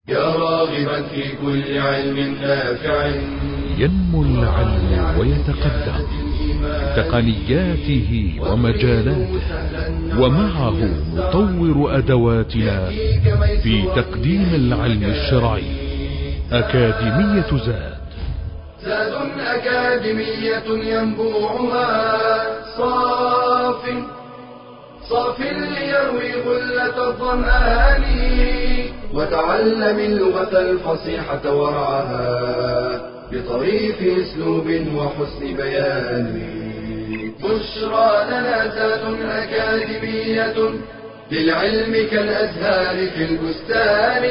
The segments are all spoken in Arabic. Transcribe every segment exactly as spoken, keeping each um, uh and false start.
يا راغبا في كل علم نافع ينمو العلم ويتقدم تقنياته ومجالاته، ومعه نطور أدواتنا في تقديم العلم الشرعي. أكاديمية زاد زاد أكاديمية ينبوعها صاف صاف ليروي غلة الظمآن، وتعلم اللغة الفصيحة ورعاها بطريف اسلوب وحسن بيان. بشرى لنا زاد أكاديمية للعلم كالأزهار في البستان.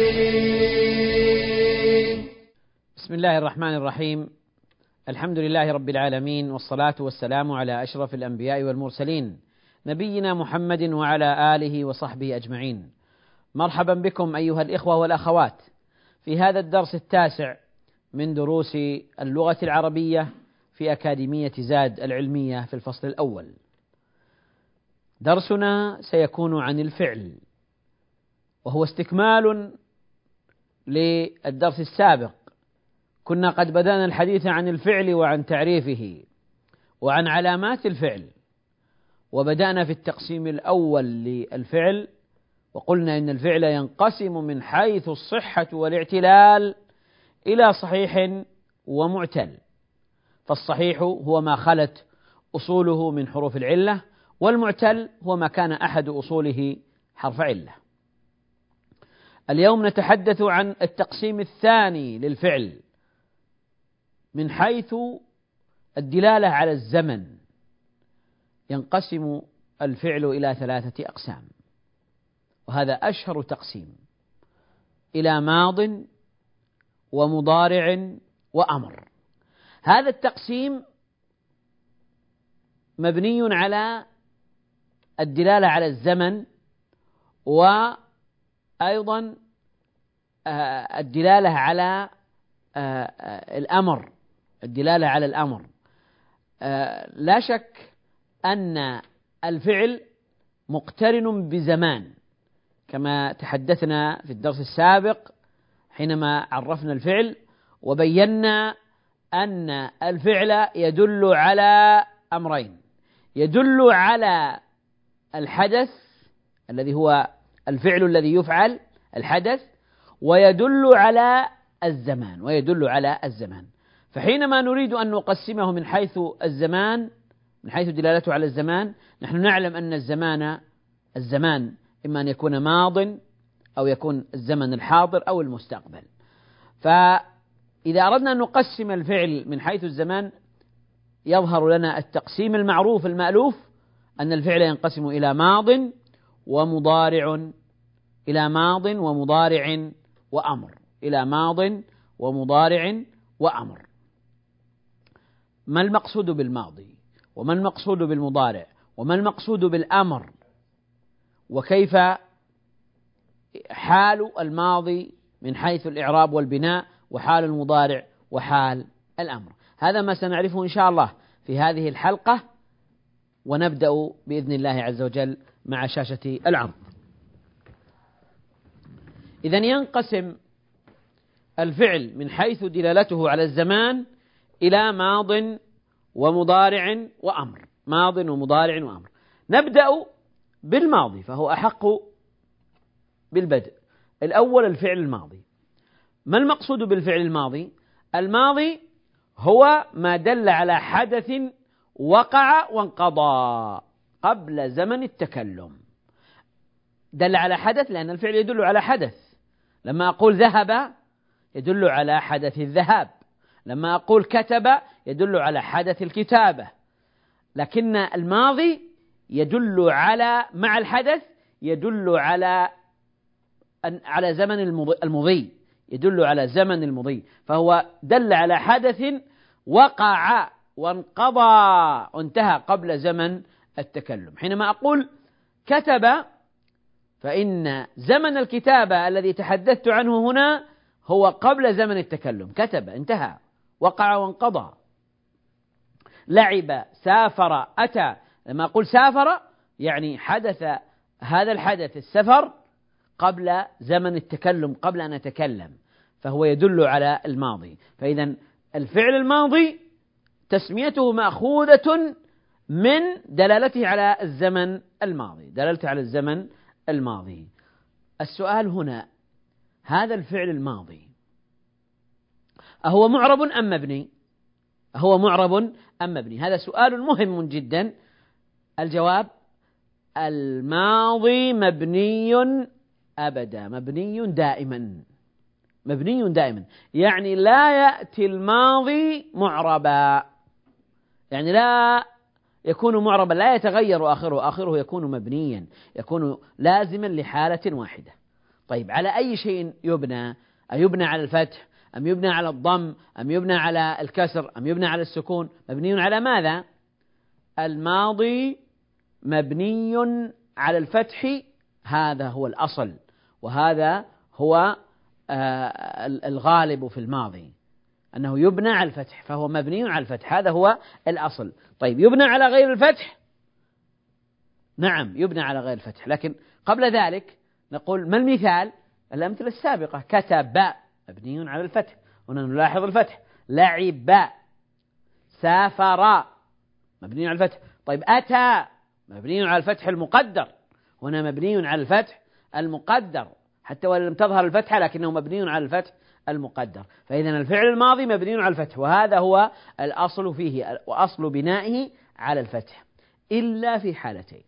بسم الله الرحمن الرحيم. الحمد لله رب العالمين، والصلاة والسلام على أشرف الأنبياء والمرسلين، نبينا محمد وعلى آله وصحبه أجمعين. مرحبا بكم أيها الإخوة والأخوات في هذا الدرس التاسع من دروس اللغة العربية في أكاديمية زاد العلمية في الفصل الأول. درسنا سيكون عن الفعل، وهو استكمال للدرس السابق. كنا قد بدأنا الحديث عن الفعل وعن تعريفه وعن علامات الفعل، وبدأنا في التقسيم الأول للفعل، وقلنا إن الفعل ينقسم من حيث الصحة والاعتلال إلى صحيح ومعتل. فالصحيح هو ما خلت أصوله من حروف العلة، والمعتل هو ما كان أحد أصوله حرف علة. اليوم نتحدث عن التقسيم الثاني للفعل من حيث الدلالة على الزمن. ينقسم الفعل إلى ثلاثة أقسام، وهذا أشهر تقسيم: إلى ماض ومضارع وأمر. هذا التقسيم مبني على الدلالة على الزمن، وأيضا الدلالة على الأمر الدلالة على الأمر لا شك أن الفعل مقترن بزمان، كما تحدثنا في الدرس السابق حينما عرفنا الفعل وبينا أن الفعل يدل على أمرين: يدل على الحدث الذي هو الفعل الذي يفعل الحدث، ويدل على الزمان ويدل على الزمان. فحينما نريد أن نقسمه من حيث الزمان، من حيث دلالته على الزمان، نحن نعلم أن الزمان الزمان إما أن يكون ماض أو يكون الزمن الحاضر أو المستقبل. فإذا أردنا أن نقسم الفعل من حيث الزمان يظهر لنا التقسيم المعروف المألوف، أن الفعل ينقسم إلى ماض ومضارع إلى ماض ومضارع وأمر إلى ماض ومضارع وأمر. ما المقصود بالماضي؟ وما المقصود بالمضارع؟ وما المقصود بالأمر؟ وكيف حال الماضي من حيث الإعراب والبناء، وحال المضارع، وحال الأمر؟ هذا ما سنعرفه إن شاء الله في هذه الحلقة، ونبدأ بإذن الله عز وجل مع شاشة العرض. إذن ينقسم الفعل من حيث دلالته على الزمان إلى ماض ومضارع وأمر. ماض ومضارع وأمر. نبدأ بالماضي فهو أحق بالبدء. الأول الفعل الماضي. ما المقصود بالفعل الماضي؟ الماضي هو ما دل على حدث وقع وانقضى قبل زمن التكلم. دل على حدث لأن الفعل يدل على حدث. لما أقول ذهب يدل على حدث الذهاب، لما أقول كتب يدل على حدث الكتابة. لكن الماضي يدل على مع الحدث يدل على على زمن المضي يدل على زمن المضي فهو دل على حدث وقع وانقضى وانتهى قبل زمن التكلم. حينما أقول كتب فإن زمن الكتابة الذي تحدثت عنه هنا هو قبل زمن التكلم. كتب انتهى، وقع وانقضى. لعب، سافر، أتى. لما أقول سافر يعني حدث هذا الحدث السفر قبل زمن التكلم، قبل أن أتكلم، فهو يدل على الماضي. فإذا الفعل الماضي تسميته مأخوذة من دلالته على الزمن الماضي، دلالته على الزمن الماضي. السؤال هنا: هذا الفعل الماضي أهو معرب أم مبني؟ أهو معرب أم مبني؟ هذا سؤال مهم جدا. الجواب: الماضي مبني أبدا، مبني دائما، مبني دائما، يعني لا يأتي الماضي معربا، يعني لا يكون معربا، لا يتغير آخره، آخره يكون مبنيا، يكون لازما لحالة واحدة. طيب، على أي شيء يبنى؟ أيبنى على الفتح أم يبنى على الضم أم يبنى على الكسر أم يبنى على السكون؟ مبني على ماذا؟ الماضي مبني على الفتح، هذا هو الأصل، وهذا هو الغالب في الماضي، أنه يبنى على الفتح، فهو مبني على الفتح، هذا هو الأصل. طيب، يبنى على غير الفتح؟ نعم، يبنى على غير الفتح، لكن قبل ذلك نقول ما المثال؟ الأمثلة السابقة: كتب مبني على الفتح، هنا نلاحظ الفتح. لعب، سافر مبني على الفتح. طيب، أتى مبني على الفتح المقدر، هنا مبني على الفتح المقدر، حتى ولو لم تظهر الفتحة لكنه مبني على الفتح المقدر. فإذا الفعل الماضي مبني على الفتح، وهذا هو الأصل فيه، وأصل بنائه على الفتح، إلا في حالتين.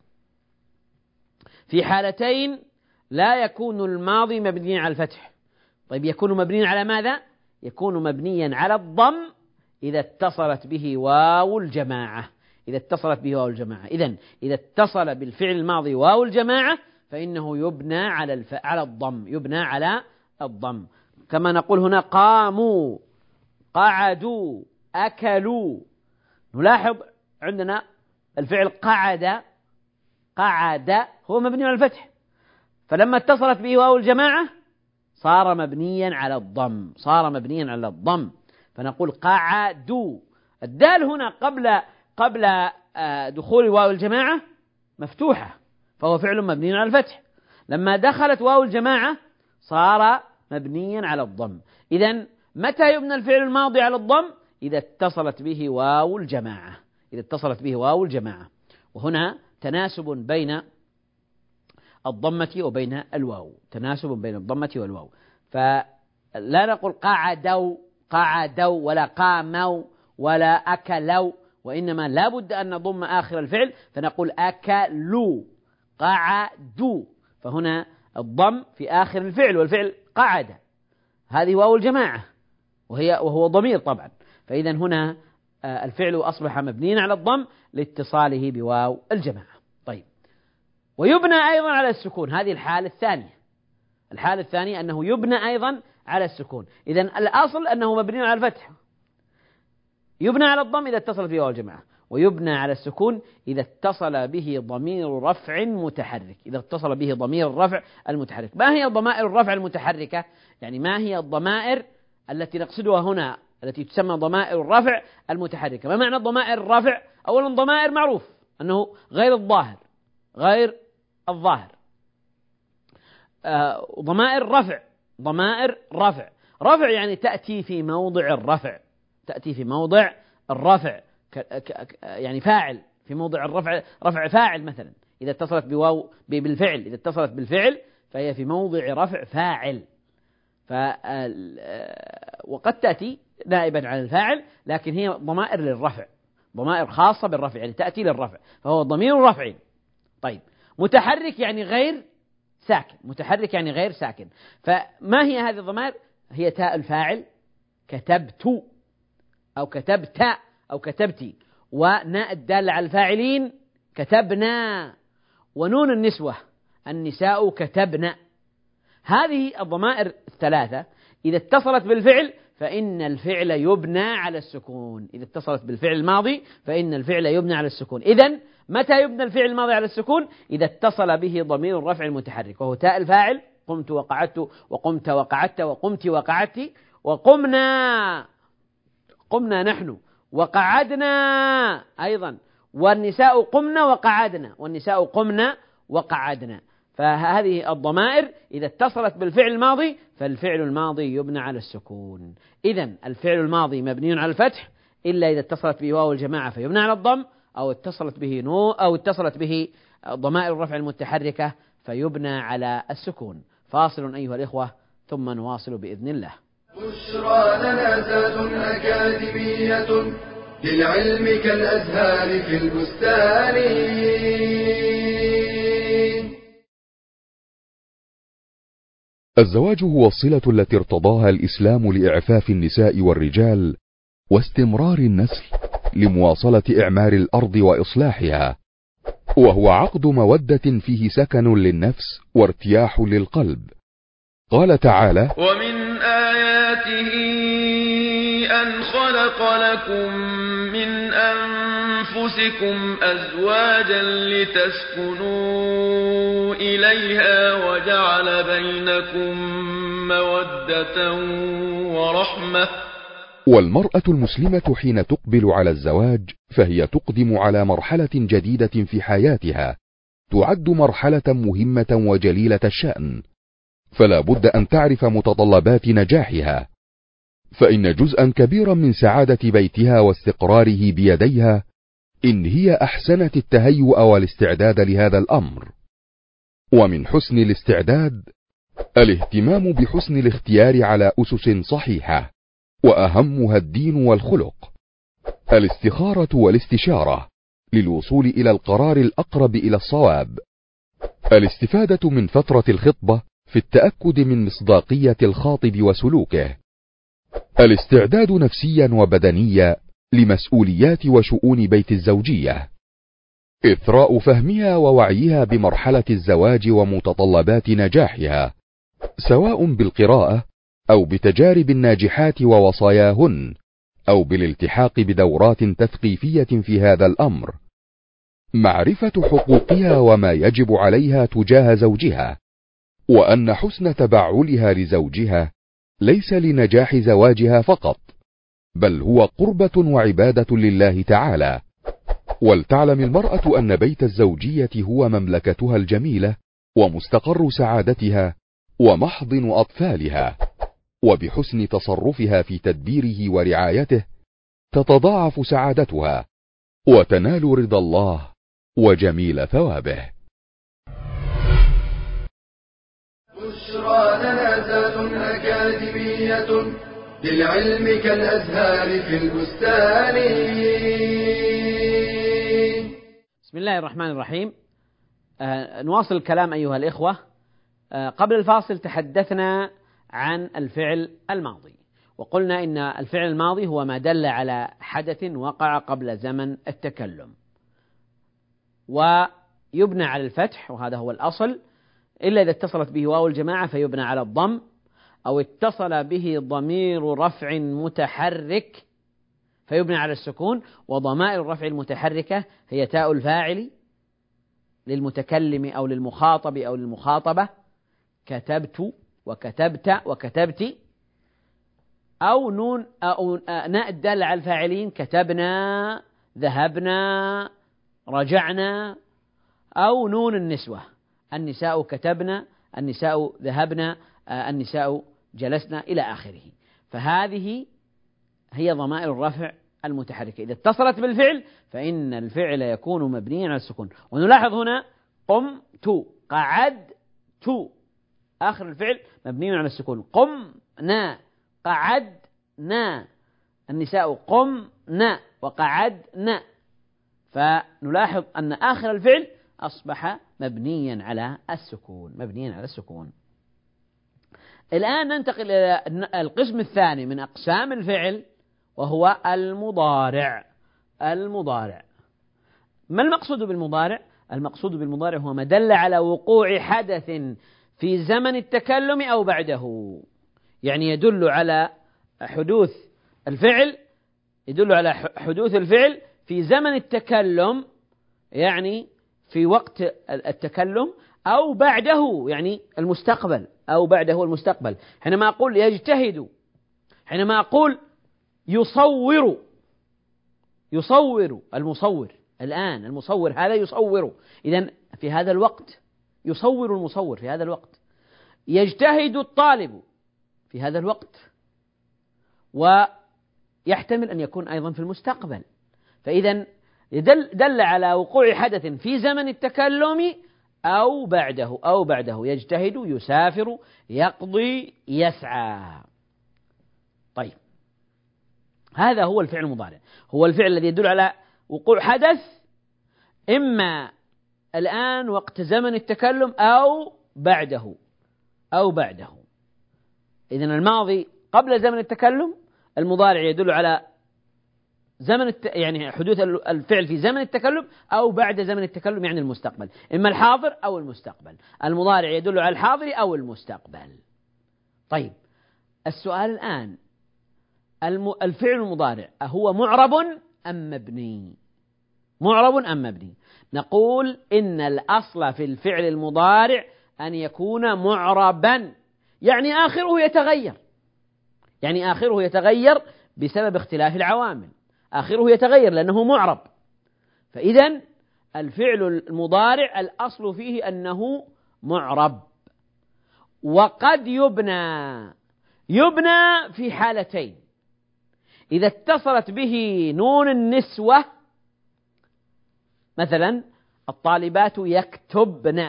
في حالتين لا يكون الماضي مبنيا على الفتح. طيب، يكون مبنيا على ماذا؟ يكون مبنيا على الضم إذا اتصلت به واو الجماعة، إذا اتصلت به واو الجماعة. إذن إذا اتصل بالفعل الماضي واو الجماعة فإنه يبنى على الف... على الضم، يبنى على الضم، كما نقول هنا: قاموا، قعدوا، أكلوا. نلاحظ عندنا الفعل قعد، قعد هو مبني على الفتح، فلما اتصلت به واو الجماعة صار مبنيا على الضم، صار مبنيا على الضم، فنقول قعدوا. الدال هنا قبل قبل دخول واو الجماعة مفتوحة، فهو فعل مبني على الفتح، لما دخلت واو الجماعة صار مبنيا على الضم. إذن متى يبنى الفعل الماضي على الضم؟ إذا اتصلت به واو الجماعة، إذا اتصلت به واو الجماعة. وهنا تناسب بين الضمة وبين الواو، تناسب بين الضمة والواو، فلا نقول قعدوا قعدوا ولا قاموا ولا أكلوا، وإنما لا بد أن نضم آخر الفعل، فنقول أكلوا، قعدوا، فهنا الضم في آخر الفعل، والفعل قعد، هذه واو الجماعة وهي وهو ضمير طبعا، فإذا هنا الفعل أصبح مبنيا على الضم لاتصاله بواو الجماعة. طيب، ويبنى أيضا على السكون، هذه الحالة الثانية، الحالة الثانية أنه يبنى أيضا على السكون. إذن الأصل أنه مبني على الفتح، يبنى على الضم إذا اتصل به واو الجماعة، ويبنى على السكون إذا اتصل به ضمير رفع متحرك، إذا اتصل به ضمير الرفع المتحرك. ما هي ضمائر الرفع المتحركة؟ يعني ما هي الضمائر التي نقصدها هنا التي تسمى ضمائر الرفع المتحركة؟ ما معنى ضمائر الرفع؟ أولا، ضمائر معروف أنه غير الظاهر، غير الظاهر. آه ضمائر رفع، ضمائر رفع، رفع يعني تأتي في موضع الرفع، تأتي في موضع الرفع، ك ك يعني فاعل في موضع الرفع، رفع فاعل مثلا، إذا اتصلت بواو بالفعل، إذا اتصلت بالفعل فهي في موضع رفع فاعل. ف وقد تأتي نائبا عن الفاعل، لكن هي ضمائر للرفع، ضمائر خاصة بالرفع، يعني تأتي للرفع، فهو ضمير رفع. طيب، متحرك يعني غير ساكن، متحرك يعني غير ساكن. فما هي هذه الضمائر؟ هي تاء الفاعل، كتبت أو كتبت أو كتبتي، وناء الدالة على الفاعلين، كتبنا، ونون النسوة، النساء كتبنا. هذه الضمائر الثلاثة إذا اتصلت بالفعل فإن الفعل يبنى على السكون، إذا اتصلت بالفعل الماضي فإن الفعل يبنى على السكون. إذن متى يبنى الفعل الماضي على السكون؟ إذا اتصل به ضمير الرفع المتحرك، وهو تاء الفاعل، قمت وقعدت، وقمت وقعدت، وقمت وقعدت، وقمنا، قمنا نحن، وقعدنا أيضا، والنساء قمنا وقعدنا، والنساء قمنا وقعدنا. فهذه الضمائر إذا اتصلت بالفعل الماضي فالفعل الماضي يبنى على السكون. إذن الفعل الماضي مبني على الفتح إلا إذا اتصلت به واو الجماعة فيبنى على الضم، أو اتصلت به نو أو اتصلت به ضمائر الرفع المتحركة فيبنى على السكون. فاصل أيها الإخوة ثم نواصل بإذن الله. بشرى لنا ذات أكاديمية للعلم كالأزهار في البستان. الزواج هو الصلة التي ارتضاها الإسلام لإعفاف النساء والرجال واستمرار النسل لمواصلة إعمار الأرض وإصلاحها، وهو عقد مودة فيه سكن للنفس وارتياح للقلب. قال تعالى: ومن آياته أن خلق لكم من أنفسكم أزواجا لتسكنوا إليها وجعل بينكم مودة ورحمة. والمرأة المسلمة حين تقبل على الزواج فهي تقدم على مرحلة جديدة في حياتها، تعد مرحلة مهمة وجليلة الشأن، فلا بد أن تعرف متطلبات نجاحها، فإن جزءا كبيرا من سعادة بيتها واستقراره بيديها إن هي أحسنت التهيؤ والاستعداد لهذا الأمر. ومن حسن الاستعداد الاهتمام بحسن الاختيار على أسس صحيحة، وأهمها الدين والخلق، الاستخارة والاستشارة للوصول إلى القرار الأقرب إلى الصواب، الاستفادة من فترة الخطبة في التأكد من مصداقية الخاطب وسلوكه، الاستعداد نفسيا وبدنيا لمسؤوليات وشؤون بيت الزوجية، إثراء فهمها ووعيها بمرحلة الزواج ومتطلبات نجاحها، سواء بالقراءة أو بتجارب الناجحات ووصاياهن، أو بالالتحاق بدورات تثقيفية في هذا الأمر، معرفة حقوقها وما يجب عليها تجاه زوجها، وأن حسن تبعلها لزوجها ليس لنجاح زواجها فقط، بل هو قربة وعبادة لله تعالى. ولتعلم المرأة أن بيت الزوجية هو مملكتها الجميلة ومستقر سعادتها ومحضن أطفالها، وبحسن تصرفها في تدبيره ورعايته تتضاعف سعادتها وتنال رضا الله وجميل ثوابه. بشرى لنا ذات أكاديمية للعلم كالأزهار في البستان. بسم الله الرحمن الرحيم. آه نواصل الكلام أيها الإخوة. آه قبل الفاصل تحدثنا عن الفعل الماضي، وقلنا إن الفعل الماضي هو ما دل على حدث وقع قبل زمن التكلم، ويبنى على الفتح وهذا هو الأصل، إلا إذا اتصلت به واو الجماعة فيبنى على الضم، أو اتصل به ضمير رفع متحرك فيبنى على السكون. وضمائر الرفع المتحركة هي تاء الفاعل للمتكلم أو للمخاطب أو للمخاطبة، كتبت وكتبت وكتبت، أو نون أو ناء الدالة على الفاعلين، كتبنا ذهبنا رجعنا، أو نون النسوة، النساء كتبنا النساء ذهبنا النساء جلسنا إلى آخره. فهذه هي ضمائر الرفع المتحركة، إذا اتصلت بالفعل فإن الفعل يكون مبنيا على السكون. ونلاحظ هنا قمت قعدت، آخر الفعل مبني على السكون. قمنا قعدنا، النساء قمنا وقعدنا، فنلاحظ أن آخر الفعل أصبح مبنيا على السكون مبنيا على السكون. الآن ننتقل إلى القسم الثاني من أقسام الفعل وهو المضارع. المضارع ما المقصود بالمضارع؟ المقصود بالمضارع هو ما دل على وقوع حدث في زمن التكلم أو بعده، يعني يدل على حدوث الفعل يدل على حدوث الفعل في زمن التكلم، يعني في وقت التكلم، أو بعده يعني المستقبل، أو بعده المستقبل. حينما أقول يجتهد، حينما أقول يصور يصور المصور الآن المصور هذا يصور، إذن في هذا الوقت يصور المصور في هذا الوقت، يجتهد الطالب في هذا الوقت، ويحتمل أن يكون أيضا في المستقبل. فإذا دل, دل على وقوع حدث في زمن التكلم أو بعده أو بعده يجتهد، يسافر، يقضي، يسعى. طيب، هذا هو الفعل المضارع، هو الفعل الذي يدل على وقوع حدث إما الآن وقت زمن التكلم أو بعده أو بعده. إذن الماضي قبل زمن التكلم، المضارع يدل على زمن الت... يعني حدوث الفعل في زمن التكلم أو بعد زمن التكلم، يعني المستقبل، إما الحاضر أو المستقبل. المضارع يدل على الحاضر أو المستقبل. طيب، السؤال الآن، الم... الفعل المضارع أهو معرب أم مبني؟ معرب أم مبني؟ نقول إن الأصل في الفعل المضارع أن يكون معربا، يعني آخره يتغير، يعني آخره يتغير بسبب اختلاف العوامل، آخره يتغير لأنه معرب. فإذا الفعل المضارع الأصل فيه أنه معرب، وقد يبنى يبنى في حالتين: إذا اتصلت به نون النسوة، مثلا الطالبات يكتبن،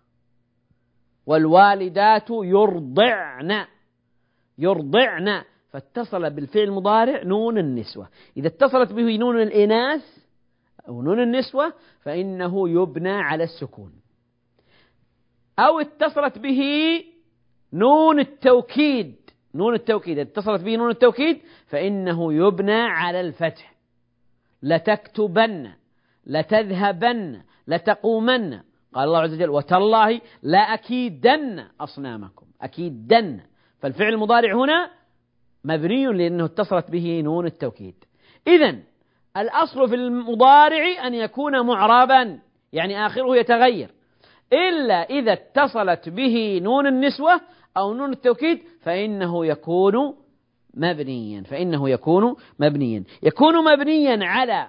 والوالدات يرضعن يرضعن فاتصل بالفعل المضارع نون النسوة. إذا اتصلت به نون الإناث أو نون النسوة فإنه يبنى على السكون. أو اتصلت به نون التوكيد نون التوكيد اتصلت به نون التوكيد فإنه يبنى على الفتح: لتكتبن، لتذهبن، لتقومن. قال الله عز وجل: وتالله لأكيدن أصنامكم. أكيدن. فالفعل المضارع هنا مبني لأنه اتصلت به نون التوكيد. إذن الأصل في المضارع أن يكون معربا، يعني آخره يتغير، إلا إذا اتصلت به نون النسوة أو نون التوكيد فإنه يكون مبنيا فإنه يكون مبنيا يكون مبنيا على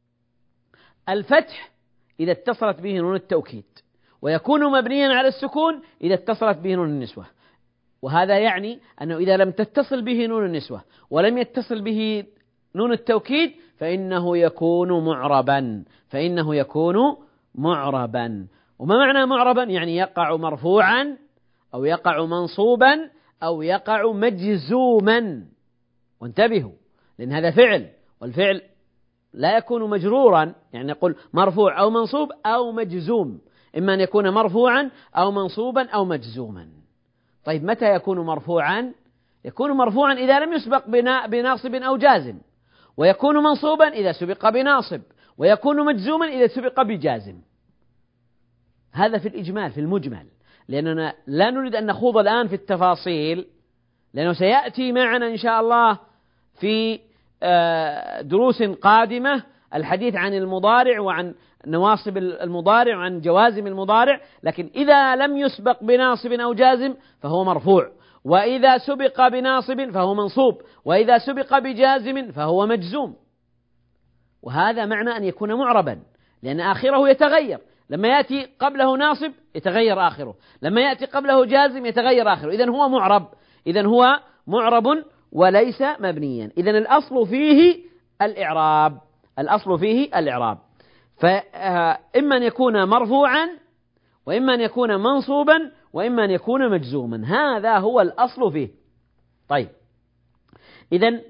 الفتح إذا اتصلت به نون التوكيد، ويكون مبنيا على السكون إذا اتصلت به نون النسوة. وهذا يعني أنه إذا لم تتصل به نون النسوة ولم يتصل به نون التوكيد فإنه يكون معربا فإنه يكون معربا وما معنى معربا؟ يعني يقع مرفوعا أو يقع منصوبا أو يقع مجزوما. وانتبهوا، لأن هذا فعل، والفعل لا يكون مجرورا، يعني نقول مرفوع أو منصوب أو مجزوم، إما أن يكون مرفوعا أو منصوبا أو مجزوما. طيب، متى يكون مرفوعا؟ يكون مرفوعا إذا لم يسبق بناصب أو جازم، ويكون منصوبا إذا سبق بناصب، ويكون مجزوما إذا سبق بجازم. هذا في الإجمال، في المجمل، لأننا لا نريد أن نخوض الآن في التفاصيل، لأنه سيأتي معنا إن شاء الله في دروس قادمة الحديث عن المضارع وعن نواصب المضارع وعن جوازم المضارع. لكن إذا لم يسبق بناصب أو جازم فهو مرفوع، وإذا سبق بناصب فهو منصوب، وإذا سبق بجازم فهو مجزوم. وهذا معنى أن يكون معربا، لأن آخره يتغير، لما يأتي قبله ناصب يتغير آخره، لما يأتي قبله جازم يتغير آخره. إذن هو معرب إذن هو معرب وليس مبنيا. إذن الأصل فيه الإعراب الأصل فيه الإعراب فإما أن يكون مرفوعا، وإما أن يكون منصوبا، وإما أن يكون مجزوما. هذا هو الأصل فيه. طيب، إذن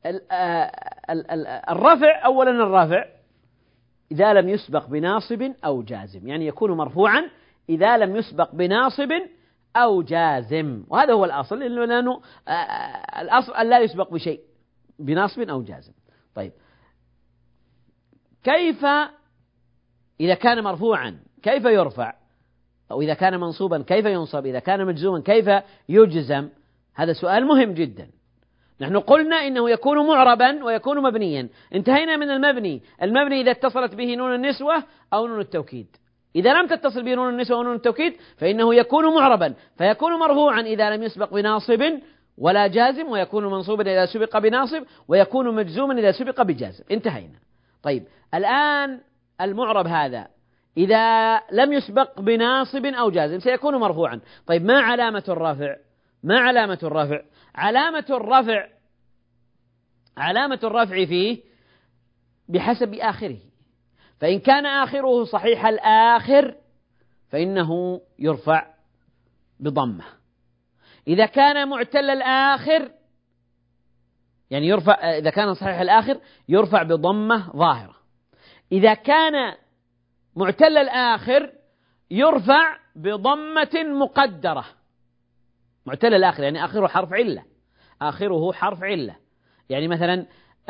الرفع، أولا الرفع إذا لم يسبق بناصب أو جازم، يعني يكون مرفوعا إذا لم يسبق بناصب أو جازم، وهذا هو الأصل، لأنه الأصل أن لا يسبق بشيء بناصب أو جازم. طيب، كيف إذا كان مرفوعا كيف يرفع؟ أو إذا كان منصوبا كيف ينصب؟ إذا كان مجزوما كيف يجزم؟ هذا سؤال مهم جدا. نحن قلنا إنه يكون معربا ويكون مبنيا، انتهينا من المبني. المبني إذا اتصلت به نون النسوة أو نون التوكيد. إذا لم تتصل به نون النسوة أو نون التوكيد فإنه يكون معربا، فيكون مرفوعا إذا لم يسبق بناصب ولا جازم، ويكون منصوبا إذا سبق بناصب، ويكون مجزوما إذا سبق بجازم. انتهينا. طيب، الآن المعرب هذا إذا لم يسبق بناصب أو جازم سيكون مرفوعا. طيب ما علامة الرفع؟ ما علامة الرفع؟ علامة الرفع علامة الرفع فيه بحسب آخره، فإن كان آخره صحيح الآخر فإنه يرفع بضمة. إذا كان معتل الآخر يعني يرفع، إذا كان صحيح الآخر يرفع بضمة ظاهرة. إذا كان معتل الآخر يرفع بضمة مقدرة. معتل الآخر يعني آخره حرف علة، آخره حرف علة، يعني مثلا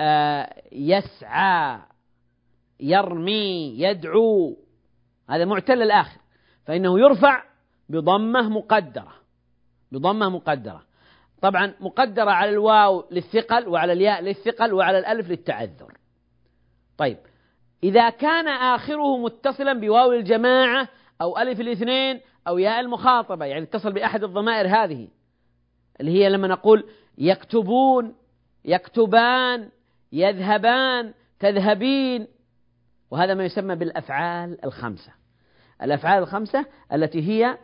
يسعى، يرمي، يدعو، هذا معتل الآخر فإنه يرفع بضمة مقدرة، بضمة مقدرة. طبعا مقدرة على الواو للثقل، وعلى الياء للثقل، وعلى الألف للتعذر. طيب إذا كان آخره متصلا بواو الجماعة أو ألف الاثنين أو ياء المخاطبة، يعني اتصل بأحد الضمائر هذه اللي هي لما نقول يكتبون، يكتبان، يذهبان، تذهبين، وهذا ما يسمى بالأفعال الخمسة. الأفعال الخمسة التي هي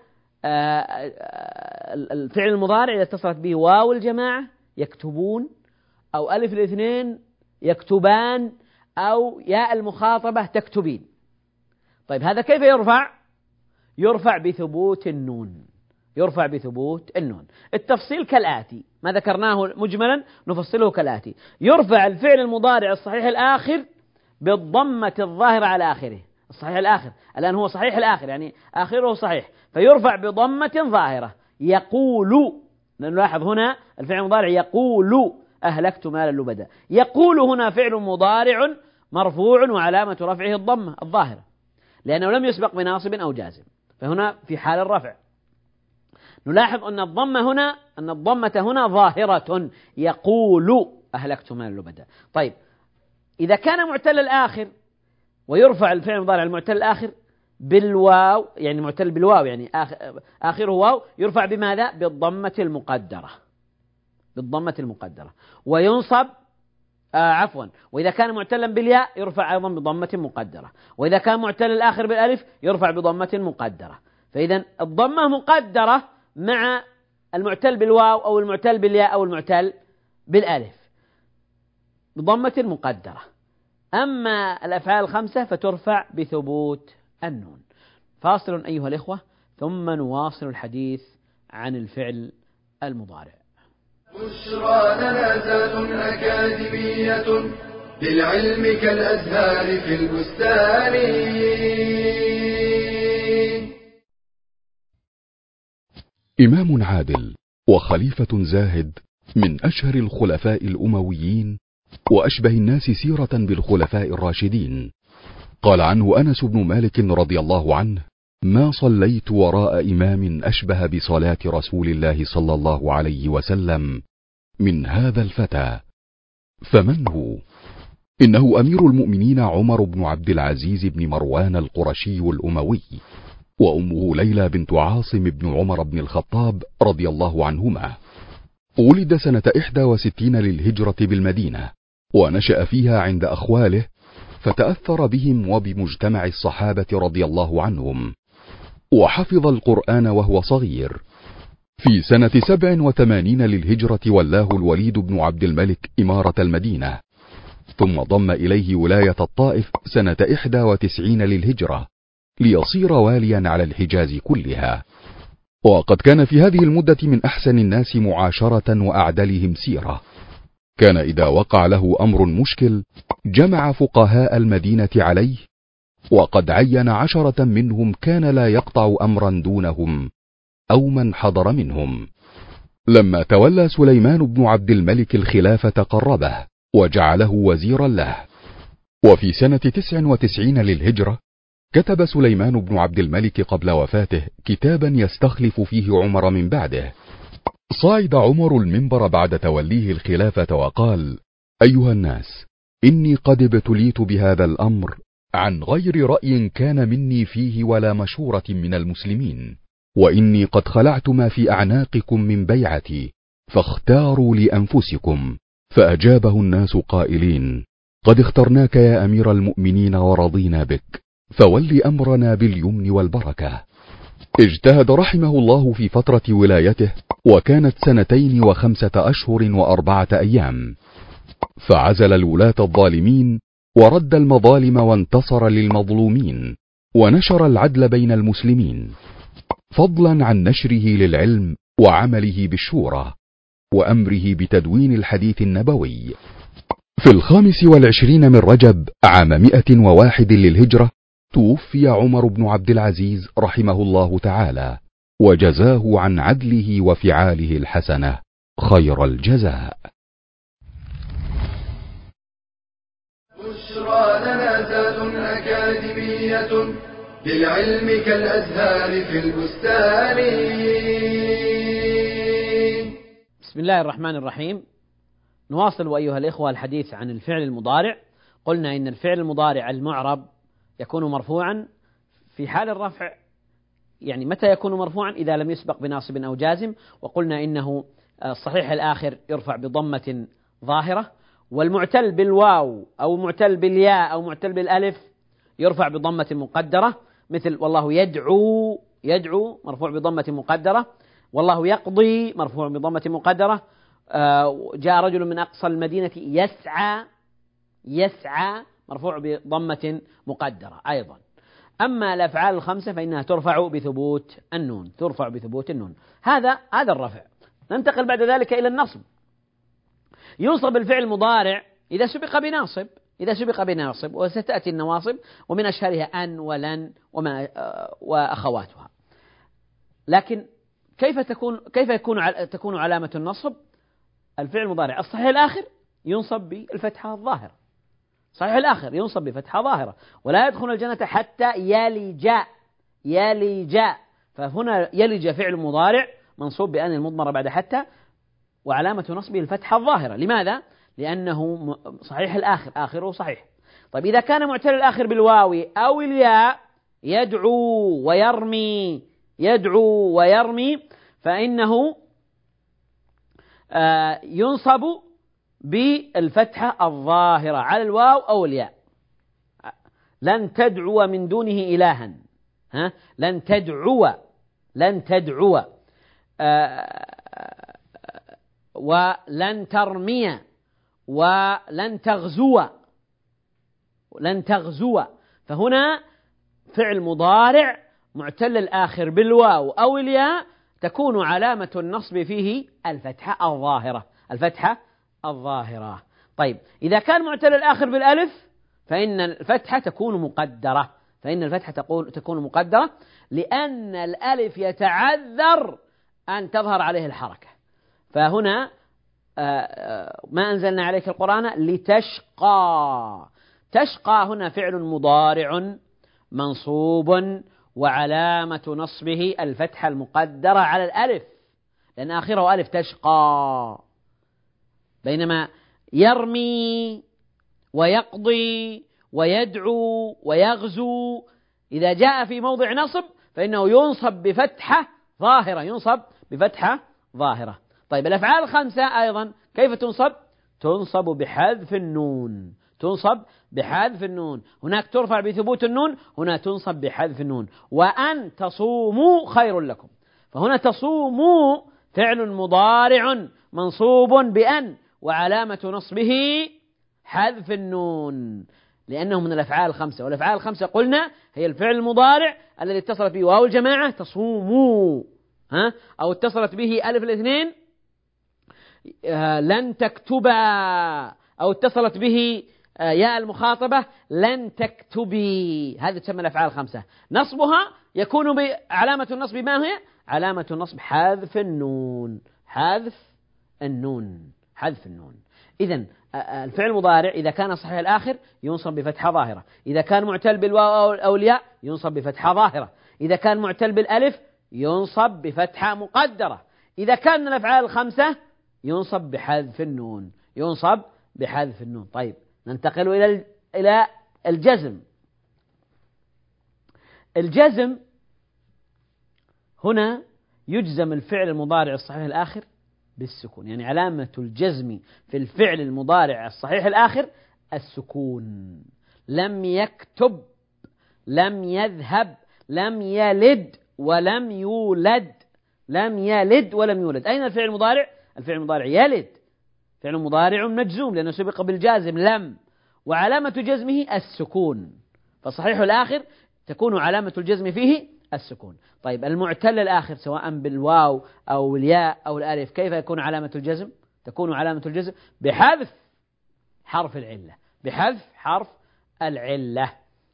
الفعل المضارع إذا اتصلت به واو الجماعة يكتبون، أو ألف الاثنين يكتبان، أو ياء المخاطبة تكتبين. طيب هذا كيف يرفع؟ يرفع بثبوت النون، يرفع بثبوت النون. التفصيل كالآتي، ما ذكرناه مجملا نفصله كالآتي: يرفع الفعل المضارع الصحيح الآخر بالضمة الظاهرة على آخره. الصحيح الآخر الآن هو صحيح الآخر يعني آخره صحيح، فيرفع بضمة ظاهرة. يقول، نلاحظ هنا الفعل المضارع يقول أهلكت مالا لبدا. يقول هنا فعل مضارع مرفوع وعلامة رفعه الضمة الظاهرة لأنه لم يسبق بناصب أو جازم، فهنا في حال الرفع. نلاحظ أن الضمة هنا أن الضمة هنا ظاهرة، يقول أهلكت مالا لبدا. طيب إذا كان معتل الآخر ويرفع الفعل المضارع المعتل الآخر بالواو، يعني معتل بالواو يعني آخر آخره واو، يرفع بماذا؟ بالضمة المقدرة، بالضمة المقدرة. وينصب آه عفوا وإذا كان معتلا بالياء يرفع أيضا بضمة مقدرة، وإذا كان معتل الآخر بالألف يرفع بضمة مقدرة. فإذا الضمة مقدرة مع المعتل بالواو أو المعتل بالياء أو المعتل بالألف بضمة مقدرة. أما الأفعال الخمسة فترفع بثبوت النون. فاصل أيها الإخوة ثم نواصل الحديث عن الفعل المضارع. بشرى لنا ذات أكاديمية للعلم كالأزهار في البستان. إمام عادل وخليفة زاهد من أشهر الخلفاء الأمويين وأشبه الناس سيرة بالخلفاء الراشدين. قال عنه أنس بن مالك رضي الله عنه: ما صليت وراء إمام أشبه بصلاة رسول الله صلى الله عليه وسلم من هذا الفتى. فمن هو؟ إنه أمير المؤمنين عمر بن عبد العزيز بن مروان القرشي الأموي، وأمه ليلى بنت عاصم بن عمر بن الخطاب رضي الله عنهما. ولد سنة إحدى وستين للهجرة بالمدينة، ونشأ فيها عند أخواله، فتأثر بهم وبمجتمع الصحابة رضي الله عنهم، وحفظ القرآن وهو صغير. في سنة سبع وثمانين للهجرة ولاه الوليد بن عبد الملك إمارة المدينة، ثم ضم إليه ولاية الطائف سنة إحدى وتسعين للهجرة ليصير واليا على الحجاز كلها. وقد كان في هذه المدة من أحسن الناس معاشرة وأعدلهم سيرة. كان إذا وقع له أمر مشكل جمع فقهاء المدينة عليه، وقد عين عشرة منهم كان لا يقطع أمرا دونهم أو من حضر منهم. لما تولى سليمان بن عبد الملك الخلافة قربه وجعله وزيرا له. وفي سنة تسع وتسعين للهجرة كتب سليمان بن عبد الملك قبل وفاته كتابا يستخلف فيه عمر من بعده. صعد عمر المنبر بعد توليه الخلافة وقال: أيها الناس، إني قد ابتليت بهذا الأمر عن غير رأي كان مني فيه ولا مشورة من المسلمين، وإني قد خلعت ما في أعناقكم من بيعتي، فاختاروا لأنفسكم. فأجابه الناس قائلين: قد اخترناك يا أمير المؤمنين ورضينا بك، فول أمرنا باليمن والبركة. اجتهد رحمه الله في فترة ولايته، وكانت سنتين وخمسة أشهر وأربعة أيام، فعزل الولاة الظالمين ورد المظالم وانتصر للمظلومين، ونشر العدل بين المسلمين، فضلا عن نشره للعلم وعمله بالشورى وأمره بتدوين الحديث النبوي. في الخامس والعشرين من رجب عام مئة وواحد للهجرة توفي عمر بن عبد العزيز رحمه الله تعالى، وجزاه عن عدله وفعاله الحسنة خير الجزاء. بشرى لنا زاد أكاديمية للعلم كالأزهار في البستان. بسم الله الرحمن الرحيم. نواصل أيها الإخوة الحديث عن الفعل المضارع. قلنا إن الفعل المضارع المعرب يكون مرفوعا في حال الرفع، يعني متى يكون مرفوعا؟ إذا لم يسبق بناصب أو جازم، وقلنا إنه الصحيح الآخر يرفع بضمة ظاهرة، والمعتل بالواو أو معتل بالياء أو معتل بالألف يرفع بضمة مقدرة، مثل والله يدعو، يدعو مرفوع بضمة مقدرة، والله يقضي مرفوع بضمة مقدرة، جاء رجل من أقصى المدينة يسعى، يسعى مرفوع بضمة مقدرة أيضا. أما الأفعال الخمسة فإنها ترفع بثبوت النون، ترفع بثبوت النون. هذا هذا الرفع. ننتقل بعد ذلك إلى النصب. ينصب الفعل المضارع إذا سبق بناصب، إذا سبق بناصب، وستأتي النواصب ومن أشهرها أن ولن وما وأخواتها. لكن كيف تكون كيف يكون تكون علامة النصب؟ الفعل المضارع الصحيح الآخر ينصب بالفتحة الظاهرة، صحيح الآخر ينصب بفتحة ظاهرة، ولا يدخل الجنة حتى يلج، يلج. فهنا يلج فعل مضارع منصوب بأن المضمرة بعد حتى، وعلامة نصبه الفتحة الظاهرة. لماذا؟ لأنه صحيح الآخر، آخره صحيح. طيب إذا كان معتل الآخر بالواو أو الياء، يدعو ويرمي، يدعو ويرمي، فإنه آه ينصب بالفتحة الظاهرة على الواو أو الياء. لن تدعو من دونه إلها، ها؟ لن تدعو، لن تدعو، آه ولن ترمي، ولن تغزو، لن تغزو. فهنا فعل مضارع معتل الآخر بالواو أو الياء تكون علامة النصب فيه الفتحة الظاهرة، الفتحة الظاهرة. طيب إذا كان معتل الآخر بالألف فإن الفتحة تكون مقدرة، فإن الفتحة تكون مقدرة لأن الألف يتعذر أن تظهر عليه الحركة. فهنا ما أنزلنا عليك القرآن لتشقى، تشقى هنا فعل مضارع منصوب وعلامة نصبه الفتحة المقدرة على الألف لأن آخره ألف، تشقى. بينما يرمي ويقضي ويدعو ويغزو إذا جاء في موضع نصب فإنه ينصب بفتحة ظاهرة، ينصب بفتحة ظاهرة. طيب الأفعال الخمسة أيضا كيف تنصب؟ تنصب بحذف النون، تنصب بحذف النون. هناك ترفع بثبوت النون، هنا تنصب بحذف النون. وأن تصوموا خير لكم، فهنا تصوموا فعل مضارع منصوب بأن وعلامة نصبه حذف النون لأنه من الأفعال الخمسة. والأفعال الخمسة قلنا هي الفعل المضارع الذي اتصلت به واو الجماعة تصوموا، ها، أو اتصلت به ألف الاثنين لن تكتبا، أو اتصلت به ياء المخاطبة لن تكتبي. هذه تسمى الأفعال الخمسة. نصبها يكون بعلامة النصب ما هي؟ علامة النصب حذف النون، حذف النون، حذف النون. إذن الفعل المضارع إذا كان صحيح الآخر ينصب بفتحة ظاهرة، إذا كان معتل بالواو أو الياء ينصب بفتحة ظاهرة، إذا كان معتل بالألف ينصب بفتحة مقدرة، إذا كان من الأفعال الخمسة ينصب بحذف النون، ينصب بحذف النون. طيب ننتقل إلى إلى الجزم. الجزم هنا يجزم الفعل المضارع الصحيح الآخر بالسكون، يعني علامة الجزم في الفعل المضارع الصحيح الآخر السكون. لم يكتب، لم يذهب، لم يلد ولم يولد، لم يلد ولم يولد. أين الفعل المضارع؟ الفعل المضارع يلد، فعل مضارع مجزوم لأنه سبق بالجازم لم، وعلامة جزمه السكون، فصحيح الآخر تكون علامة الجزم فيه السكون. طيب المعتل الآخر سواء بالواو أو الياء أو الألف كيف يكون علامة الجزم؟ تكون علامة الجزم بحذف حرف العلة، بحذف حرف العلة.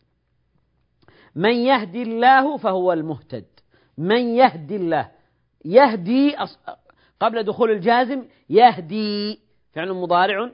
من يهدي الله فهو المهتد، من يهدي الله، يهدي قبل دخول الجازم، يهدي فعل مضارع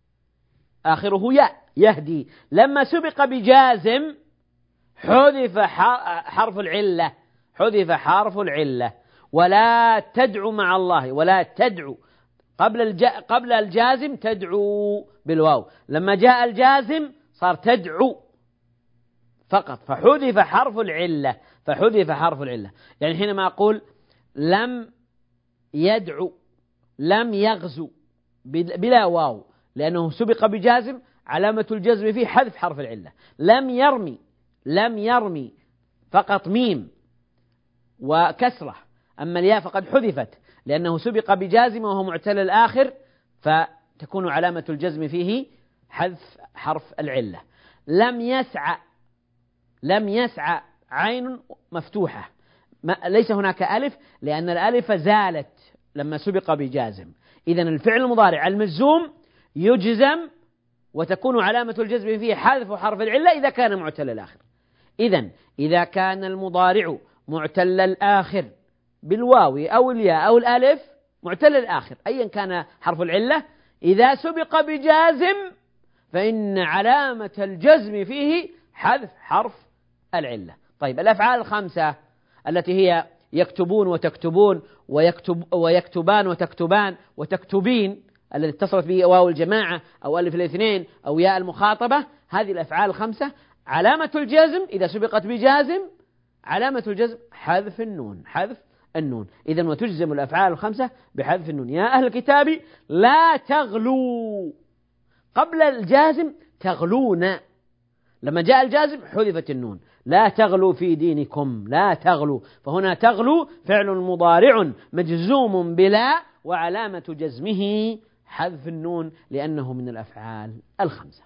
آخره ياء، يهدي، لما سبق بجازم حذف حرف العلة، حذف حرف العلة. ولا تدعو مع الله، ولا تدعو قبل الج... قبل الجازم تدعو بالواو، لما جاء الجازم صار تدعو فقط، فحذف حرف العلة، فحذف حرف العلة. يعني حينما أقول لم يدعو، لم يغزو بلا واو لأنه سبق بجازم، علامة الجزم فيه حذف حرف العلة. لم يرمي، لم يرمي فقط ميم وكسرة، أما الياء فقد حذفت لأنه سبق بجازم وهو معتل الآخر، فتكون علامة الجزم فيه حذف حرف العلة. لم يسعى، لم يسعى عين مفتوحة، ليس هناك ألف لأن الألف زالت لما سبق بجازم. إذن الفعل المضارع المجزوم يجزم وتكون علامة الجزم فيه حذف حرف العلة إذا كان معتل الآخر. إذن إذا كان المضارع معتل الآخر بالواو أو الياء أو الألف، معتل الآخر أيا كان حرف العلة، إذا سبق بجازم فإن علامة الجزم فيه حذف حرف العلة. طيب الأفعال الخمسة التي هي يكتبون وتكتبون ويكتب ويكتبان وتكتبان وتكتبين التي اتصلت به واو الجماعة أو ألف الاثنين أو ياء المخاطبة، هذه الأفعال الخمسة علامة الجزم إذا سبقت بجازم، علامة الجزم حذف النون، حذف النون. إذن وتجزم الأفعال الخمسة بحذف النون. يا أهل الكتاب لا تغلوا، قبل الجازم تغلون، لما جاء الجازم حذفت النون، لا تغلوا في دينكم، لا تغلوا، فهنا تغلوا فعل مضارع مجزوم بلا وعلامة جزمه حذف النون لأنه من الأفعال الخمسة.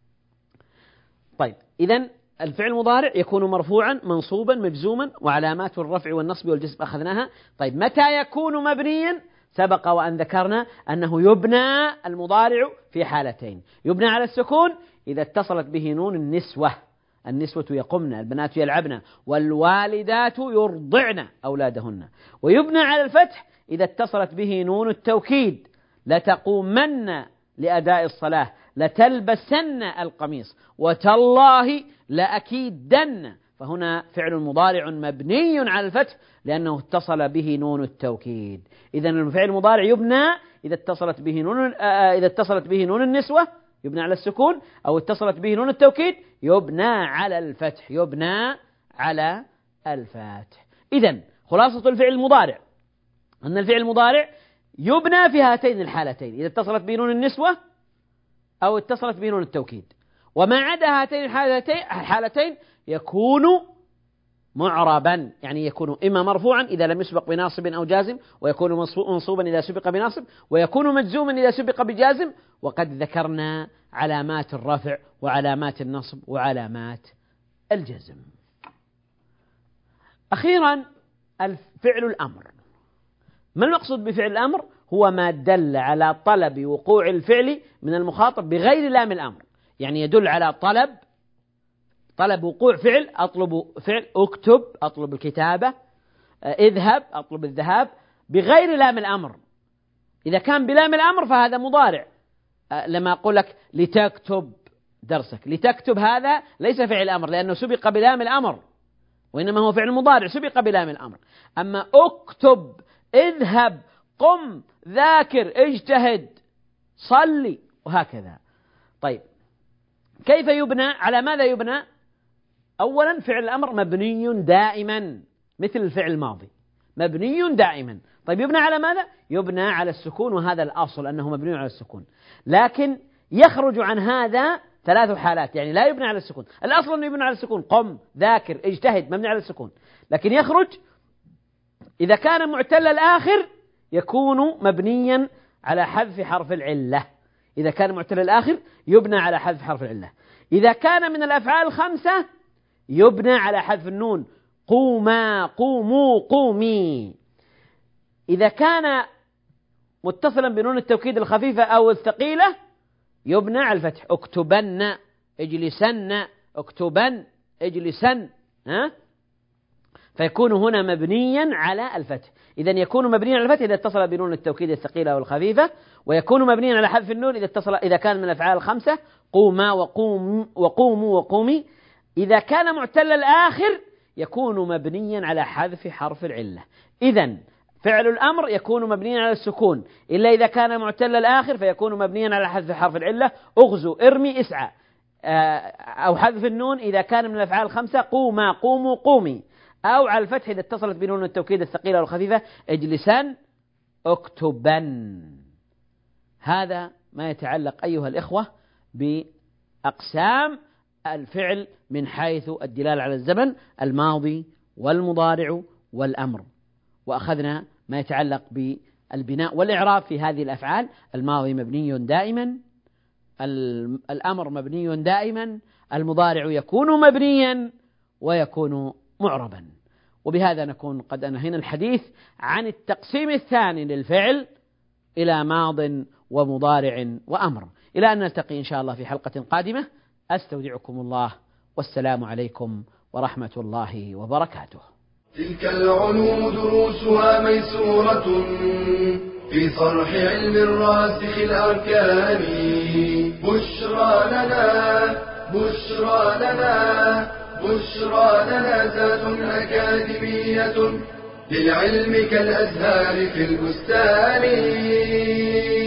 طيب إذن الفعل المضارع يكون مرفوعا منصوبا مجزوما وعلامات الرفع والنصب والجزم أخذناها. طيب متى يكون مبنيا؟ سبق وأن ذكرنا أنه يبنى المضارع في حالتين، يبنى على السكون إذا اتصلت به نون النسوة، النسوة يقمن، البنات يلعبن، والوالدات يرضعن أولادهن، ويبنى على الفتح إذا اتصلت به نون التوكيد، لتقومن لأداء الصلاة، لتلبسن القميص، وتالله لأكيدن، فهنا فعل مضارع مبني على الفتح لأنه اتصل به نون التوكيد. إذن الفعل المضارع يبنى إذا اتصلت به نون إذا اتصلت به نون النسوة يبنى على السكون، أو اتصلت به نون التوكيد يبنى على الفتح، يبنى على الفتح. إذن خلاصة الفعل المضارع أن الفعل المضارع يبنى في هاتين الحالتين، إذا اتصلت به نون النسوة أو اتصلت به نون التوكيد، وما عدا هاتين الحالتين يكون معربا، يعني يكون إما مرفوعا إذا لم يسبق بناصب أو جازم، ويكون منصوبا إذا سبق بناصب، ويكون مجزوما إذا سبق بجازم. وقد ذكرنا علامات الرفع وعلامات النصب وعلامات الجزم. أخيرا الفعل الأمر. ما المقصود بفعل الأمر؟ هو ما دل على طلب وقوع الفعل من المخاطب بغير لام الأمر، يعني يدل على طلب طلب وقوع فعل، أطلب فعل، أكتب أطلب الكتابة، اذهب أطلب الذهاب، بغير لام الأمر. إذا كان بلام الأمر فهذا مضارع، لما أقول لك لتكتب درسك، لتكتب هذا ليس فعل أمر لأنه سبق بلام الأمر، وإنما هو فعل مضارع سبق بلام الأمر. أما أكتب، اذهب، قم، ذاكر، اجتهد، صلي، وهكذا. طيب كيف يبنى؟ على ماذا يبنى؟ أولا فعل الأمر مبني دائما مثل الفعل الماضي، مبني دائما. طيب يبنى على ماذا؟ يبنى على السكون، وهذا الأصل أنه مبني على السكون، لكن يخرج عن هذا ثلاث حالات، يعني لا يبنى على السكون. الأصل أنه يبنى على السكون، قم، ذاكر، اجتهد، مبني على السكون. لكن يخرج إذا كان معتل الآخر يكون مبنيا على حذف حرف العلة. إذا كان معتل الآخر يبنى على حذف حرف العلة. إذا كان من الأفعال الخمسة يبنى على حذف النون، قوما، قوموا، قومي. إذا كان متصلا بنون التوكيد الخفيفة أو الثقيلة يبنى على الفتح، اكتبن، اجلسن، اكتبن، اجلسن، ها؟ فيكون هنا مبنيا على الفتح. إذا يكون مبنيا على الفتح إذا اتصل بنون التوكيد الثقيلة أو الخفيفة، ويكون مبنيا على حذف النون إذا اتصل إذا كان من الأفعال الخمسة، قوما وقوم وقوموا وقومي. إذا كان معتل الآخر يكون مبنيا على حذف حرف العلة. إذن فعل الأمر يكون مبنيا على السكون إلا إذا كان معتل الآخر فيكون مبنيا على حذف حرف العلة، اغزو، ارمي، اسعى، أو حذف النون إذا كان من الأفعال الخمسة، قوما، قوموا، قومي، أو على الفتح إذا اتصلت بنون التوكيد الثقيلة والخفيفة، اجلسن، اكتبن. هذا ما يتعلق أيها الإخوة بأقسام الفعل من حيث الدلالة على الزمن، الماضي والمضارع والأمر. وأخذنا ما يتعلق بالبناء والإعراب في هذه الأفعال، الماضي مبني دائما، الأمر مبني دائما، المضارع يكون مبنيا ويكون معربا. وبهذا نكون قد أنهينا الحديث عن التقسيم الثاني للفعل إلى ماض ومضارع وأمر. إلى أن نلتقي إن شاء الله في حلقة قادمة، أستودعكم الله، والسلام عليكم ورحمة الله وبركاته. تلك العلوم دروسها ميسورة في صرح علم الراسخ الأركان. بشرى لنا بشرى لنا بشرى لنا ذات أكاديمية للعلم كالأزهار في البستان.